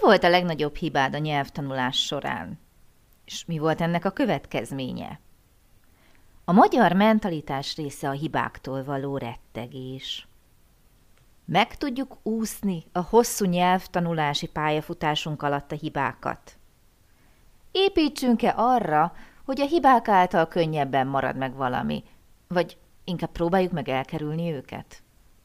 volt a legnagyobb hibád a nyelvtanulás során? És mi volt ennek a következménye? A magyar mentalitás része a hibáktól való rettegés. Meg tudjuk úszni a hosszú nyelvtanulási pályafutásunk alatt a hibákat? Építsünk-e arra, hogy a hibák által könnyebben marad meg valami, vagy inkább próbáljuk meg elkerülni őket?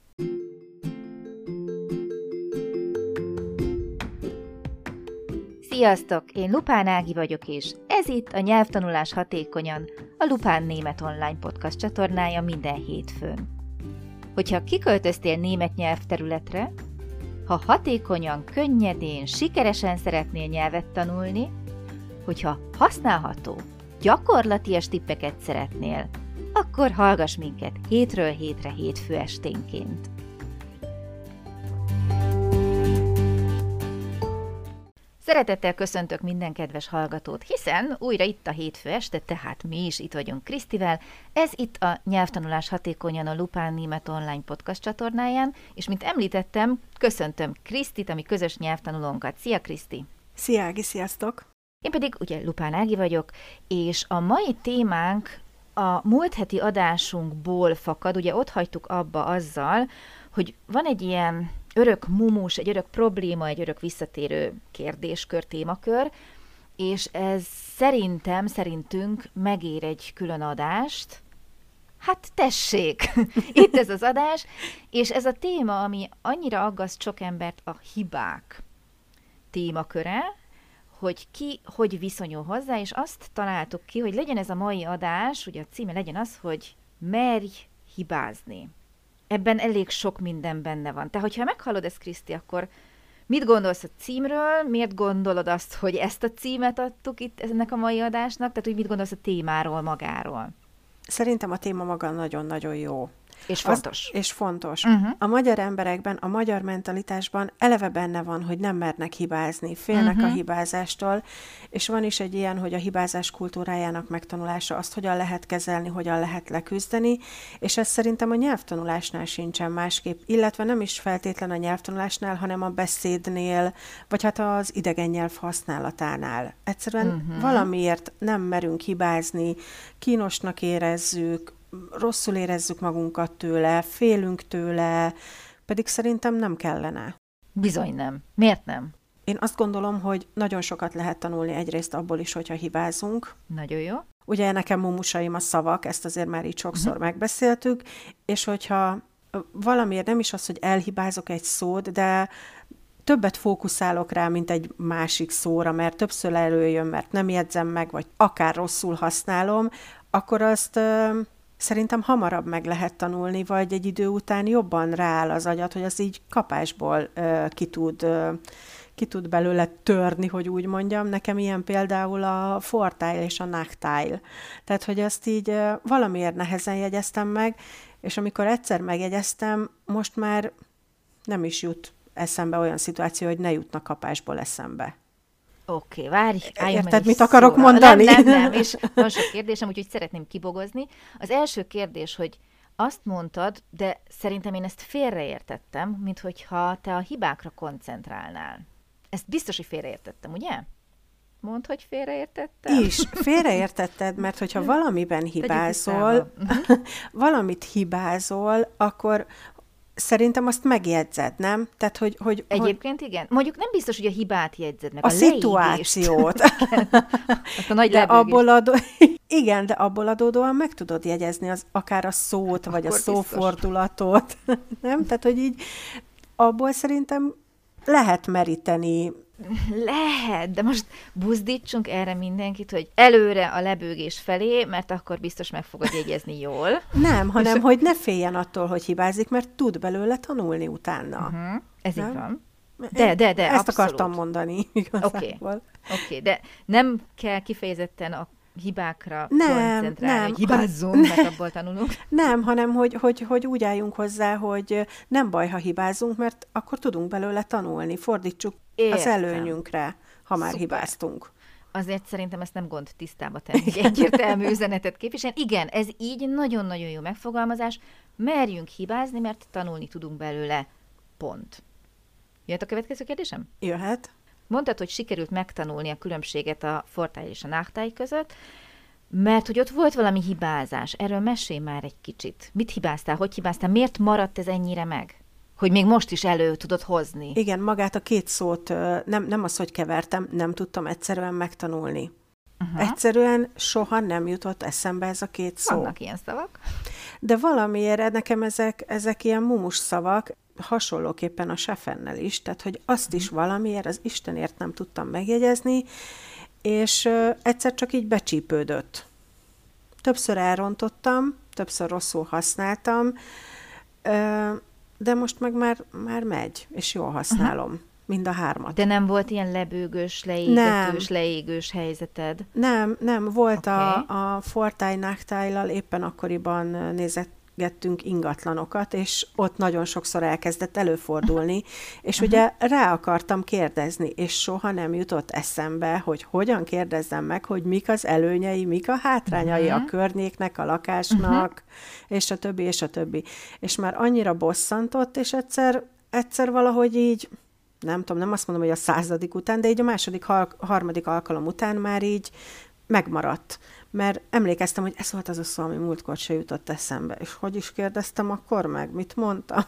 Sziasztok! Én Lupán Ági vagyok, és ez itt a Nyelvtanulás hatékonyan, a Lupán Német Online Podcast csatornája minden hétfőn. Hogyha kiköltöztél német nyelvterületre, ha hatékonyan, könnyedén, sikeresen szeretnél nyelvet tanulni, hogyha használható, gyakorlatias tippeket szeretnél, akkor hallgass minket hétről hétre hétfő esténként. Szeretettel köszöntök minden kedves hallgatót, hiszen újra itt a hétfő este, tehát mi is itt vagyunk Krisztivel. Ez itt a Nyelvtanulás hatékonyan a Lupán Német Online Podcast csatornáján, és mint említettem, köszöntöm Krisztit, a mi közös nyelvtanulónkat. Szia Kriszti! Szia Ági, sziasztok! Én pedig ugye Lupán Ági vagyok, és a mai témánk a múlt heti adásunkból fakad, ugye ott hagytuk abba azzal, hogy van egy ilyen örök mumus, egy örök probléma, egy örök visszatérő kérdéskör, témakör, és ez szerintünk megér egy külön adást. Hát tessék, itt ez az adás, és ez a téma, ami annyira aggaszt sok embert, a hibák témaköre, hogy ki hogy viszonyul hozzá, és azt találtuk ki, hogy legyen ez a mai adás, ugye a címe legyen az, hogy merj hibázni. Ebben elég sok minden benne van. Te, hogyha meghallod ezt, Kriszti, akkor mit gondolsz a címről? Miért gondolod azt, hogy ezt a címet adtuk itt ennek a mai adásnak? Tehát, hogy mit gondolsz a témáról magáról? Szerintem a téma maga nagyon-nagyon jó. És fontos. És fontos. A magyar emberekben, a magyar mentalitásban eleve benne van, hogy nem mernek hibázni, félnek a hibázástól, és van is egy ilyen, hogy a hibázás kultúrájának megtanulása, azt hogyan lehet kezelni, hogyan lehet leküzdeni, és ez szerintem a nyelvtanulásnál sincsen másképp, illetve nem is feltétlen a nyelvtanulásnál, hanem a beszédnél, vagy hát az idegen nyelv használatánál. Egyszerűen valamiért nem merünk hibázni, kínosnak érezzük, rosszul érezzük magunkat tőle, félünk tőle, pedig szerintem nem kellene. Bizony nem. Miért nem? Én azt gondolom, hogy nagyon sokat lehet tanulni egyrészt abból is, hogyha hibázunk. Nagyon jó. Ugye nekem mumusaim a szavak, ezt azért már így sokszor megbeszéltük, és hogyha valamiért nem is az, hogy elhibázok egy szót, de többet fókuszálok rá, mint egy másik szóra, mert többször előjön, mert nem jegyzem meg, vagy akár rosszul használom, akkor azt szerintem hamarabb meg lehet tanulni, vagy egy idő után jobban rááll az agyad, hogy az így kapásból ki tud belőle törni, hogy úgy mondjam. Nekem ilyen például a Vorteil és a Nachteil. Tehát, hogy ezt így valamiért nehezen jegyeztem meg, és amikor egyszer megjegyeztem, most már nem is jut eszembe olyan szituáció, hogy ne jutna kapásból eszembe. Oké, várj, álljunk meg érted, is mit akarok szóra. mondani? Nem, és van sok kérdésem, úgyhogy szeretném kibogozni. Az első kérdés, hogy azt mondtad, de szerintem én ezt félreértettem, minthogyha te a hibákra koncentrálnál. Ezt biztos, hogy félreértettem, ugye? Mondd, hogy félreértettem. Is, félreértetted, mert hogyha valamiben hibázol, valamit hibázol, akkor szerintem azt megjegyzed, nem? Tehát, hogy egyébként igen. Mondjuk nem biztos, hogy a hibát jegyzed meg. A szituációt. Azt a nagy lebőgést. Igen, de abból adódóan meg tudod jegyezni akár a szót, vagy akkor a szófordulatot. Nem? Tehát, hogy így abból szerintem lehet meríteni. Lehet, de most buzdítsunk erre mindenkit, hogy előre a lebőgés felé, mert akkor biztos meg fogod jegyezni jól. Nem, hanem hogy ne féljen attól, hogy hibázik, mert tud belőle tanulni utána. Ez nem? így van. De, ezt abszolút. akartam mondani igazából. Oké, de nem kell kifejezetten a hibákra koncentrálni, hogy hibázzunk, mert abból tanulunk. Nem, hanem hogy úgy álljunk hozzá, hogy nem baj, ha hibázunk, mert akkor tudunk belőle tanulni. Fordítsuk az előnyünkre, ha már hibáztunk. Azért szerintem ezt nem gond tisztába tenni, hogy egyértelmű üzenetet képviselni. Igen, ez így nagyon-nagyon jó megfogalmazás. Merjünk hibázni, mert tanulni tudunk belőle. Pont. Jöhet a következő kérdésem? Jöhet. mondtad, hogy sikerült megtanulni a különbséget a Fortály és a Nachtály között, mert hogy ott volt valami hibázás. Erről mesélj már egy kicsit. Mit hibáztál, hogy hibáztál, miért maradt ez ennyire meg? Hogy még most is elő tudod hozni. Igen, magát a két szót, nem az, hogy kevertem, nem tudtam egyszerűen megtanulni. Egyszerűen soha nem jutott eszembe ez a két szó. Vannak ilyen szavak. De valamiért nekem ezek ilyen mumus szavak, hasonlóképpen a Sefennel is, tehát hogy azt is valamiért az Istenért nem tudtam megjegyezni, és egyszer csak így becsípődött. Többször elrontottam, többször rosszul használtam, de most meg már megy, és jól használom. Mind a hármat. De nem volt ilyen lebőgős, leégős helyzeted? Nem. Volt a Fortály Nachtályllal éppen akkoriban nézegettünk ingatlanokat, és ott nagyon sokszor elkezdett előfordulni, és ugye rá akartam kérdezni, és soha nem jutott eszembe, hogy hogyan kérdezzem meg, hogy mik az előnyei, mik a hátrányai a környéknek, a lakásnak, és a többi, és a többi. És már annyira bosszantott, és egyszer valahogy így, nem tudom, nem azt mondom, hogy a 100. után, de így a második, harmadik alkalom után már így megmaradt. Mert emlékeztem, hogy ez volt az a szó, ami múltkor se jutott eszembe. És hogy is kérdeztem akkor meg, mit mondtam,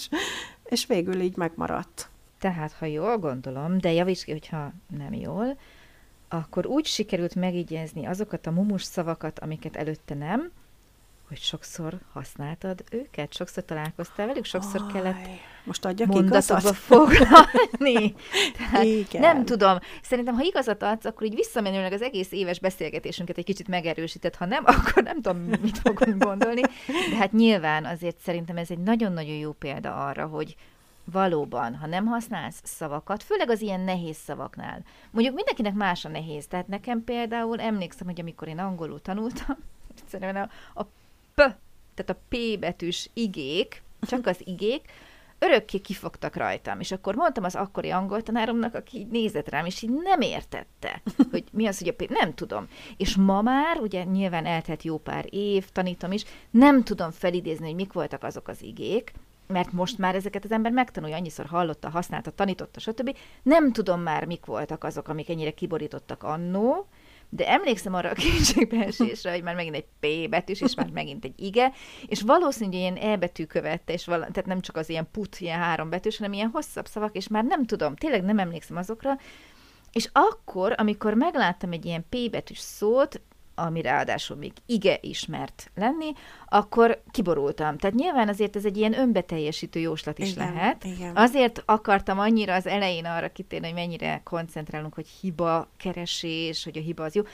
és végül így megmaradt. Tehát, ha jól gondolom, de javíts ki, hogyha nem jól, akkor úgy sikerült megígézni azokat a mumus szavakat, amiket előtte nem, hogy sokszor használtad őket, sokszor találkoztál velük, sokszor kellett most adjak mondatokba foglalni. Tehát igen. Nem tudom. Szerintem, ha igazat adsz, akkor így visszamenőleg az egész éves beszélgetésünket egy kicsit megerősített. Ha nem, akkor nem tudom, mit fogunk gondolni. De hát nyilván azért szerintem ez egy nagyon-nagyon jó példa arra, hogy valóban, ha nem használsz szavakat, főleg az ilyen nehéz szavaknál. Mondjuk mindenkinek más a nehéz. Tehát nekem például emlékszem, hogy amikor én angolul tanultam, egyszerűen a tehát a P betűs igék, csak az igék, örökké kifogtak rajtam. És akkor mondtam az akkori angol tanáromnak, aki így nézett rám, és így nem értette, hogy mi az, hogy a P, nem tudom. És ma már, ugye nyilván eltelt jó pár év, tanítom is, nem tudom felidézni, hogy mik voltak azok az igék, mert most már ezeket az ember megtanulja, annyiszor hallotta, használta, tanította, stb. Nem tudom már, mik voltak azok, amik ennyire kiborítottak annó, de emlékszem arra a kétségbeesésre, hogy már megint egy P betűs, és már megint egy ige, és valószínűleg ilyen E betű követte, és tehát nem csak az ilyen put, ilyen 3 betűs, hanem ilyen hosszabb szavak, és már nem tudom, tényleg nem emlékszem azokra, és akkor, amikor megláttam egy ilyen P betűs szót, ami ráadásul még ige ismert lenni, akkor kiborultam. Tehát nyilván azért ez egy ilyen önbeteljesítő jóslat is lehet. Igen. Azért akartam annyira az elején arra kitérni, hogy mennyire koncentrálunk, hogy hiba keresés, hogy a hiba az jó.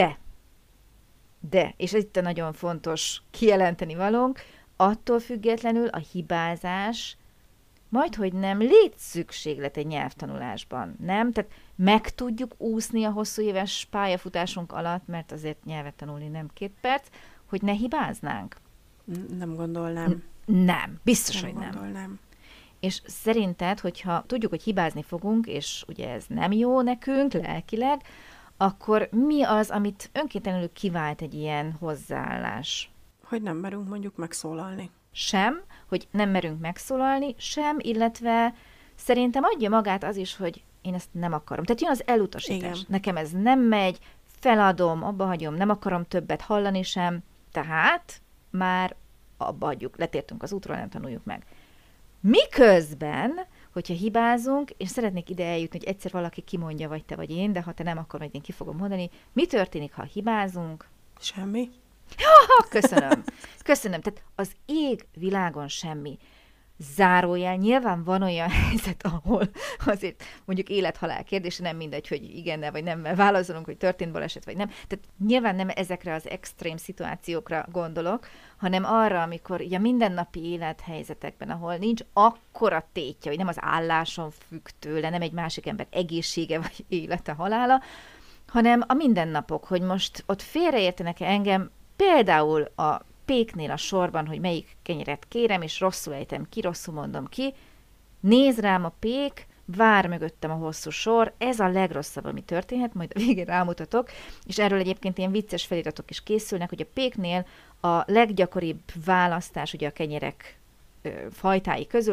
De, és ez itt a nagyon fontos kijelenteni valónk, attól függetlenül a hibázás majdhogy nem létszükséglet egy nyelvtanulásban, nem? Tehát meg tudjuk úszni a hosszú éves pályafutásunk alatt, mert azért nyelvet tanulni nem 2 perc, hogy ne hibáznánk? Nem gondolnám. Nem, biztos, hogy nem. Gondolnám. És szerinted, hogyha tudjuk, hogy hibázni fogunk, és ugye ez nem jó nekünk lelkileg, akkor mi az, amit önkéntelenül kivált egy ilyen hozzáállás? Hogy nem merünk mondjuk megszólalni. Sem, hogy nem merünk megszólalni, sem, illetve szerintem adja magát az is, hogy én ezt nem akarom. Tehát jön az elutasítás. Igen. Nekem ez nem megy, feladom, abba hagyom, nem akarom többet hallani sem, tehát már abba hagyjuk, letértünk az útról, nem tanuljuk meg. Miközben, hogyha hibázunk, és szeretnék ide eljutni, hogy egyszer valaki kimondja, vagy te, vagy én, de ha te nem, akkor majd én ki fogom mondani, mi történik, ha hibázunk? Semmi. Köszönöm. Tehát az ég világon semmi. Zárójel, nyilván van olyan helyzet, ahol azért mondjuk élet-halál kérdése, nem mindegy, hogy igennel vagy nemmel válaszolunk, hogy történt baleset vagy nem. Tehát nyilván nem ezekre az extrém szituációkra gondolok, hanem arra, amikor ugye a mindennapi élethelyzetekben, ahol nincs akkora tétje, hogy nem az álláson függ tőle, nem egy másik ember egészsége vagy élete, halála, hanem a mindennapok, hogy most ott félreértenek engem, például a péknél a sorban, hogy melyik kenyeret kérem, és rosszul ejtem ki, rosszul mondom ki, néz rám a pék, vár mögöttem a hosszú sor, ez a legrosszabb, ami történhet, majd a végén rámutatok, és erről egyébként ilyen vicces feliratok is készülnek, hogy a péknél a leggyakoribb választás ugye a kenyerek fajtái közül az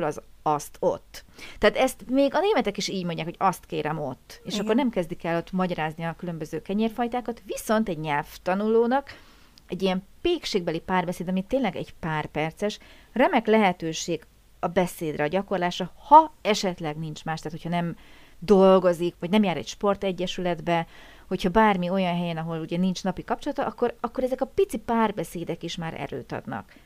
azt ott. Tehát ezt még a németek is így mondják, hogy azt kérem ott. És Igen. akkor nem kezdik el ott magyarázni a különböző kenyérfajtákat, viszont egy nyelvtanulónak egy ilyen pékségbeli párbeszéd, ami tényleg egy pár perces, remek lehetőség a beszédre, a gyakorlásra, ha esetleg nincs más, tehát hogyha nem dolgozik, vagy nem jár egy sportegyesületbe, hogyha bármi olyan helyen, ahol ugye nincs napi kapcsolata, akkor ezek a pici párbeszédek is már erőt adnak.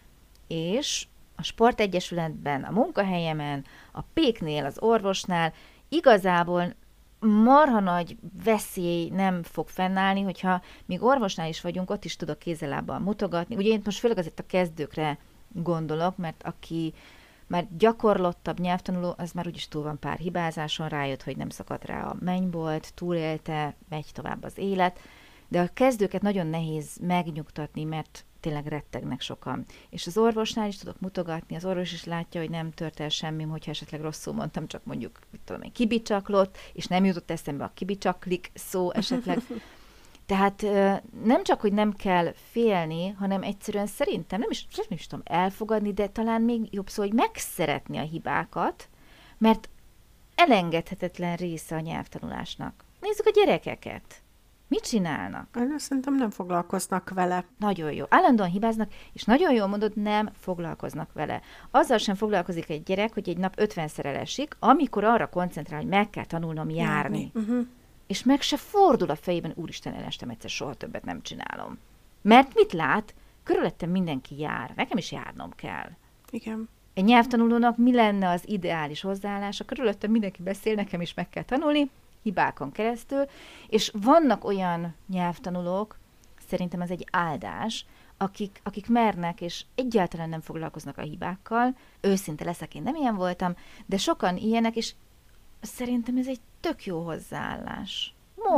És a sportegyesületben, a munkahelyemen, a péknél, az orvosnál igazából marha nagy veszély nem fog fennállni, hogyha még orvosnál is vagyunk, ott is tudok kézzel-lábbal mutogatni. Ugye én most főleg azért a kezdőkre gondolok, mert aki már gyakorlottabb nyelvtanuló, az már úgyis túl van pár hibázáson, rájött, hogy nem szakadt rá a mennybolt, túlélte, megy tovább az élet, de a kezdőket nagyon nehéz megnyugtatni, mert tényleg rettegnek sokan. És az orvosnál is tudok mutogatni, az orvos is látja, hogy nem tört el semmi, hogyha esetleg rosszul mondtam, csak mondjuk, mit tudom én, kibicsaklott, és nem jutott eszembe a kibicsaklik szó esetleg. Tehát nem csak, hogy nem kell félni, hanem egyszerűen szerintem nem is tudom elfogadni, de talán még jobb szó, hogy megszeretni a hibákat, mert elengedhetetlen része a nyelvtanulásnak. Nézzük a gyerekeket. Mit csinálnak? Én szerintem nem foglalkoznak vele. Nagyon jó. Állandóan hibáznak, és nagyon jól mondod, nem foglalkoznak vele. Azzal sem foglalkozik egy gyerek, hogy egy nap 50-szer elesik, amikor arra koncentrál, hogy meg kell tanulnom járni. És meg se fordul a fejében, úristen, elestem egyszer, soha többet nem csinálom. Mert mit lát? Körülöttem mindenki jár. Nekem is járnom kell. Igen. Egy nyelvtanulónak mi lenne az ideális hozzáállása? Körülöttem mindenki beszél, nekem is meg kell tanulni, hibákon keresztül, és vannak olyan nyelvtanulók, szerintem ez egy áldás, akik mernek, és egyáltalán nem foglalkoznak a hibákkal. Őszinte leszek, én nem ilyen voltam, de sokan ilyenek, és szerintem ez egy tök jó hozzáállás.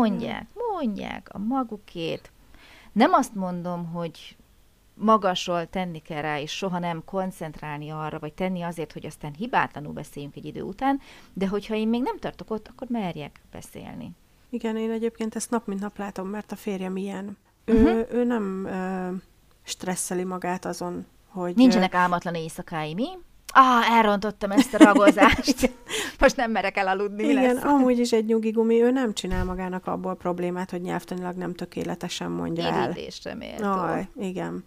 Mondják a magukét. Nem azt mondom, hogy magasról tenni kell rá, és soha nem koncentrálni arra, vagy tenni azért, hogy aztán hibátlanul beszéljünk egy idő után, de hogyha én még nem tartok ott, akkor merjek beszélni. Igen, én egyébként ezt nap mint nap látom, mert a férjem ilyen. Ő nem stresszeli magát azon, hogy... Nincsenek álmatlan éjszakái, mi? Elrontottam ezt a ragozást. Most nem merek elaludni. Igen, lesz. amúgy is egy nyugi gumi, ő nem csinál magának abból problémát, hogy nyelvtanilag nem tökéletesen mondja el. Irigylésre méltó. Igen.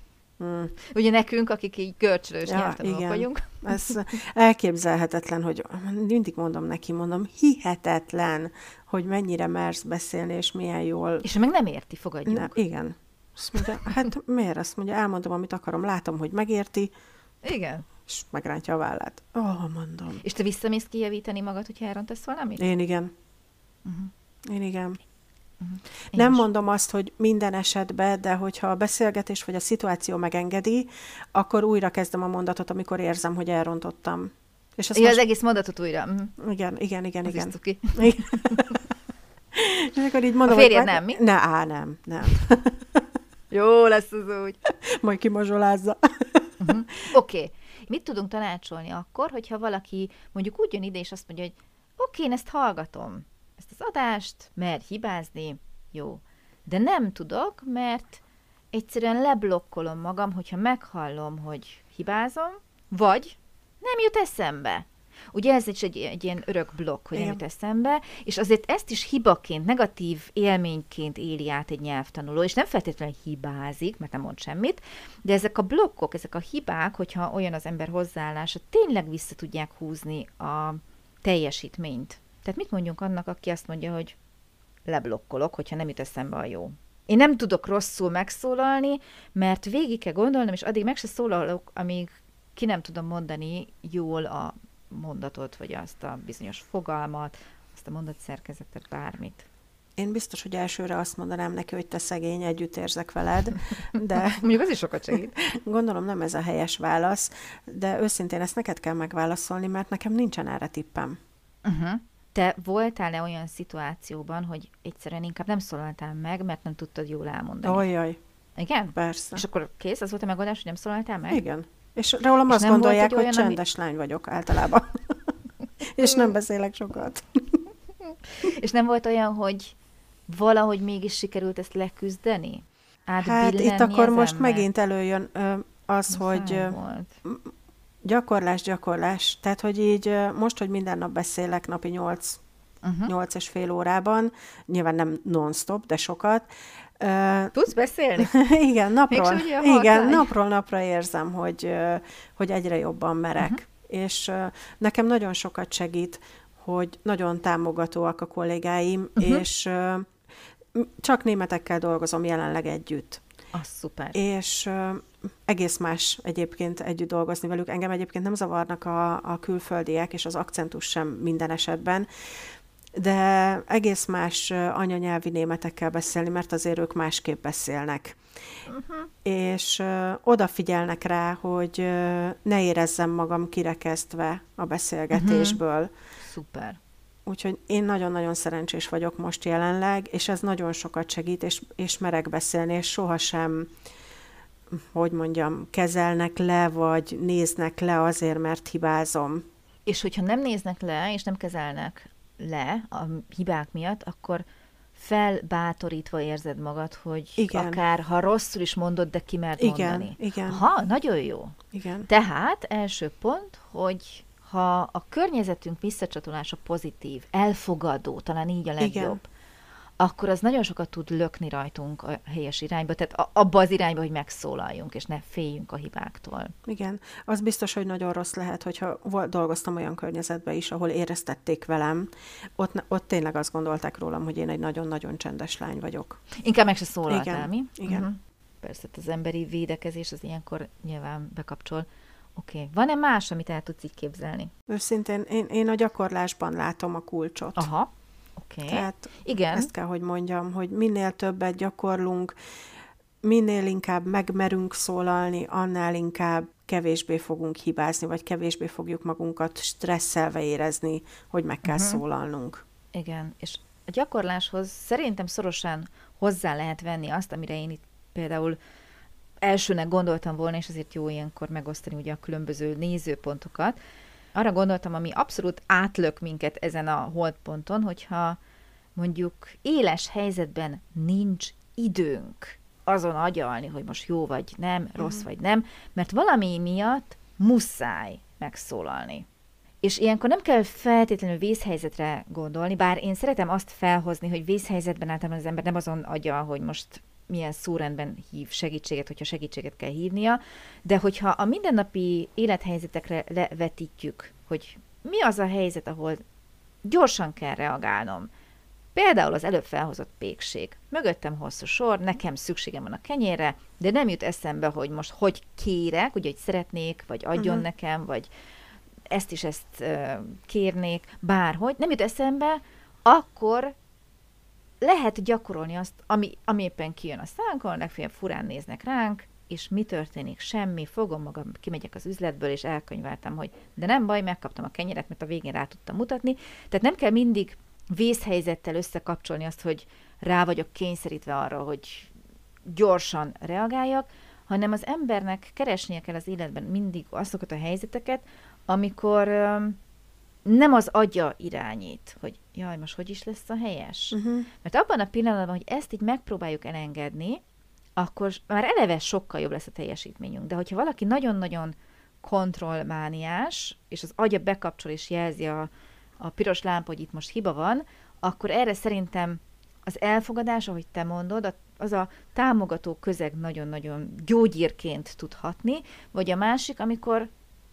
Ugye nekünk, akik így görcsölős nyelvtanulók vagyunk. Ez elképzelhetetlen, hogy mindig mondom, hihetetlen, hogy mennyire mersz beszélni, és milyen jól... És meg nem érti, fogadjuk. Nem, igen. Azt mondja, hát miért? Azt mondja, elmondom, amit akarom, látom, hogy megérti. Igen. És megrántja a vállát. Mondom. És te visszamész kijavítani magad, hogyha elrontasz valamit? Én igen. Én igen. Nem mondom azt, hogy minden esetben, de hogyha a beszélgetés vagy a szituáció megengedi, akkor újra kezdem a mondatot, amikor érzem, hogy elrontottam. És most... az egész mondatot újra. Igen. Ki. És akkor így mondom, a férjed nem, mi? Nem. Jó lesz az úgy. Majd kimazsolázza. Oké. Mit tudunk tanácsolni akkor, hogyha valaki mondjuk úgy jön ide, és azt mondja, hogy oké, én ezt hallgatom, ezt az adást, mer hibázni, jó. De nem tudok, mert egyszerűen leblokkolom magam, hogyha meghallom, hogy hibázom, vagy nem jut eszembe. Ugye ez egy ilyen örök blokk, hogy nem jut eszembe, és azért ezt is hibaként, negatív élményként éli át egy nyelvtanuló, és nem feltétlenül hibázik, mert nem mond semmit, de ezek a blokkok, ezek a hibák, hogyha olyan az ember hozzáállása, tényleg vissza tudják húzni a teljesítményt. Tehát mit mondjunk annak, aki azt mondja, hogy leblokkolok, hogyha nem jut eszembe a jó. Én nem tudok rosszul megszólalni, mert végig kell gondolnom, és addig meg se szólalok, amíg ki nem tudom mondani jól a mondatot, vagy azt a bizonyos fogalmat, azt a mondatszerkezetet, bármit. Én biztos, hogy elsőre azt mondanám neki, hogy te szegény, együtt érzek veled, de... Mondjuk az is sokat segít. Gondolom nem ez a helyes válasz, de őszintén ezt neked kell megválaszolni, mert nekem nincsen erre tippem. Te voltál-e olyan szituációban, hogy egyszerűen inkább nem szólaltál meg, mert nem tudtad jól elmondani? Ojjaj. Igen? Persze. És akkor kész? Az volt a megoldás, hogy nem szólaltál meg? Igen. És rólam azt gondolják, hogy csendes lány vagyok általában. És nem beszélek sokat. És nem volt olyan, hogy valahogy mégis sikerült ezt leküzdeni? Hát itt akkor most megint előjön az, hogy Gyakorlás. Tehát, hogy így most, hogy minden nap beszélek, napi 8,5 órában, nyilván nem non-stop, de sokat. Tudsz beszélni? Igen, napról napra érzem, hogy egyre jobban merek. És nekem nagyon sokat segít, hogy nagyon támogatóak a kollégáim, és csak németekkel dolgozom jelenleg együtt. Az szuper. És egész más egyébként együtt dolgozni velük. Engem egyébként nem zavarnak a külföldiek, és az akcentus sem minden esetben, de egész más anyanyelvi németekkel beszélni, mert azért ők másképp beszélnek. És odafigyelnek rá, hogy ne érezzem magam kirekesztve a beszélgetésből. Szuper. Úgyhogy én nagyon-nagyon szerencsés vagyok most jelenleg, és ez nagyon sokat segít, és merek beszélni, és sohasem, hogy mondjam, kezelnek le, vagy néznek le azért, mert hibázom. És hogyha nem néznek le, és nem kezelnek le a hibák miatt, akkor felbátorítva érzed magad, hogy igen. Akár, ha rosszul is mondod, de ki mert mondani. Igen. Aha, nagyon jó. Igen. Tehát első pont, hogy ha a környezetünk visszacsatolása pozitív, elfogadó, talán így a legjobb, igen. Akkor az nagyon sokat tud lökni rajtunk a helyes irányba, tehát abba az irányba, hogy megszólaljunk, és ne féljünk a hibáktól. Igen. Az biztos, hogy nagyon rossz lehet, hogyha dolgoztam olyan környezetben is, ahol éreztették velem, ott tényleg azt gondolták rólam, hogy én egy nagyon-nagyon csendes lány vagyok. Inkább meg se szólaltál, mi? Igen. Persze, az emberi védekezés az ilyenkor nyilván bekapcsol. Oké. Van-e más, amit el tudsz így képzelni? Őszintén, én a gyakorlásban látom a kulcsot. Aha. Okay. Tehát igen. Ezt kell, hogy mondjam, hogy minél többet gyakorlunk, minél inkább megmerünk szólalni, annál inkább kevésbé fogunk hibázni, vagy kevésbé fogjuk magunkat stresszelve érezni, hogy meg kell szólalnunk. Igen, és a gyakorláshoz szerintem szorosan hozzá lehet venni azt, amire én itt például elsőnek gondoltam volna, és azért jó ilyenkor megosztani ugye a különböző nézőpontokat. Arra gondoltam, ami abszolút átlök minket ezen a holdponton, hogyha mondjuk éles helyzetben nincs időnk azon agyalni, hogy most jó vagy nem, rossz vagy nem, mert valami miatt muszáj megszólalni. És ilyenkor nem kell feltétlenül vészhelyzetre gondolni, bár én szeretem azt felhozni, hogy vészhelyzetben általában az ember nem azon agyal, hogy most milyen szórendben hív segítséget, hogyha segítséget kell hívnia, de hogyha a mindennapi élethelyzetekre levetítjük, hogy mi az a helyzet, ahol gyorsan kell reagálnom. Például az előbb felhozott pékség. Mögöttem hosszú sor, nekem szükségem van a kenyérre, de nem jut eszembe, hogy most hogy kérek, ugye, hogy szeretnék, vagy adjon nekem, vagy ezt is ezt kérnék, bárhogy. Nem jut eszembe, akkor lehet gyakorolni azt, ami éppen kijön a szánkon, legfeljebb furán néznek ránk, és mi történik? Semmi, fogom magam, kimegyek az üzletből, és elkönyveltem, hogy de nem baj, megkaptam a kenyeret, mert a végén rá tudtam mutatni. Tehát nem kell mindig vészhelyzettel összekapcsolni azt, hogy rá vagyok kényszerítve arra, hogy gyorsan reagáljak, hanem az embernek keresnie kell az életben mindig azokat a helyzeteket, amikor nem az agya irányít, hogy jaj, most hogy is lesz a helyes? Mert abban a pillanatban, hogy ezt így megpróbáljuk elengedni, akkor már eleve sokkal jobb lesz a teljesítményünk. De hogyha valaki nagyon-nagyon kontrollmániás, és az agya bekapcsol és jelzi a piros lámpa, hogy itt most hiba van, akkor erre szerintem az elfogadás, ahogy te mondod, az a támogató közeg nagyon-nagyon gyógyírként tud hatni, vagy a másik, amikor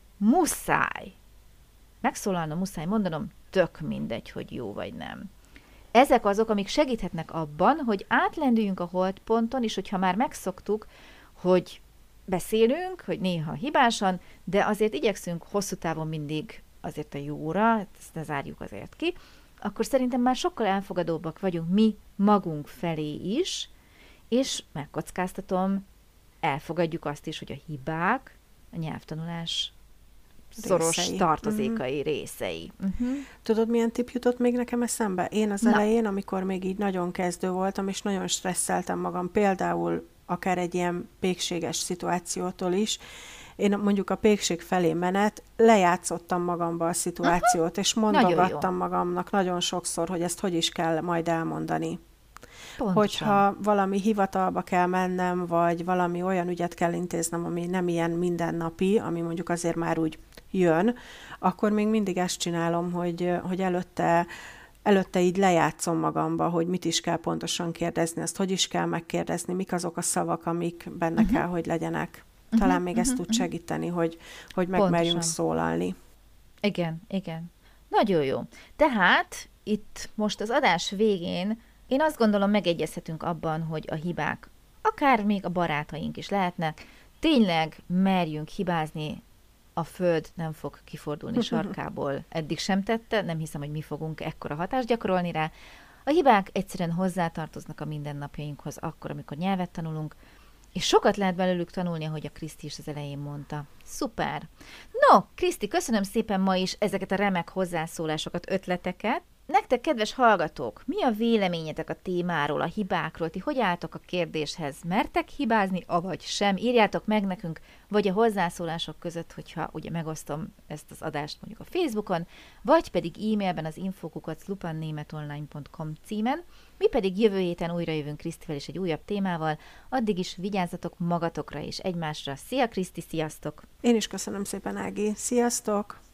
muszáj megszólalnom, muszáj mondanom, tök mindegy, hogy jó vagy nem. Ezek azok, amik segíthetnek abban, hogy átlendüljünk a holdponton, és hogyha már megszoktuk, hogy beszélünk, hogy néha hibásan, de azért igyekszünk hosszú távon mindig azért a jóra, ezt ne zárjuk azért ki, akkor szerintem már sokkal elfogadóbbak vagyunk mi magunk felé is, és megkockáztatom, elfogadjuk azt is, hogy a hibák a nyelvtanulás szoros részei. Tartozékai, részei. Tudod, milyen tipp jutott még nekem eszembe? Én az elején, amikor még így nagyon kezdő voltam, és nagyon stresszeltem magam, például akár egy ilyen pékséges szituációtól is, én mondjuk a pékség felé menet, lejátszottam magamba a szituációt, és mondogattam magamnak nagyon sokszor, hogy ezt hogy is kell majd elmondani. Pontosan. Hogyha valami hivatalba kell mennem, vagy valami olyan ügyet kell intéznem, ami nem ilyen mindennapi, ami mondjuk azért már úgy jön, akkor még mindig ezt csinálom, hogy előtte így lejátszom magamba, hogy mit is kell pontosan kérdezni, azt hogy is kell megkérdezni, mik azok a szavak, amik benne kell, hogy legyenek. Talán még ez tud segíteni, hogy megmerjünk szólalni. Igen. Nagyon jó. Tehát itt most az adás végén én azt gondolom, megegyezhetünk abban, hogy a hibák, akár még a barátaink is lehetnek, tényleg merjünk hibázni, a föld nem fog kifordulni sarkából. Eddig sem tette, nem hiszem, hogy mi fogunk ekkora hatást gyakorolni rá. A hibák egyszerűen hozzátartoznak a mindennapjainkhoz akkor, amikor nyelvet tanulunk, és sokat lehet belőlük tanulni, ahogy a Kriszti is az elején mondta. Szuper! No, Kriszti, köszönöm szépen ma is ezeket a remek hozzászólásokat, ötleteket. Nektek, kedves hallgatók, mi a véleményetek a témáról, a hibákról? Ti hogy álltok a kérdéshez? Mertek hibázni, avagy sem? Írjátok meg nekünk, vagy a hozzászólások között, hogyha ugye megosztom ezt az adást mondjuk a Facebookon, vagy pedig e-mailben az info@lupannémetonline.com címen. Mi pedig jövő héten újra jövünk Krisztivel és egy újabb témával. Addig is vigyázzatok magatokra és egymásra. Szia Kriszti, sziasztok! Én is köszönöm szépen, Ági. Sziasztok!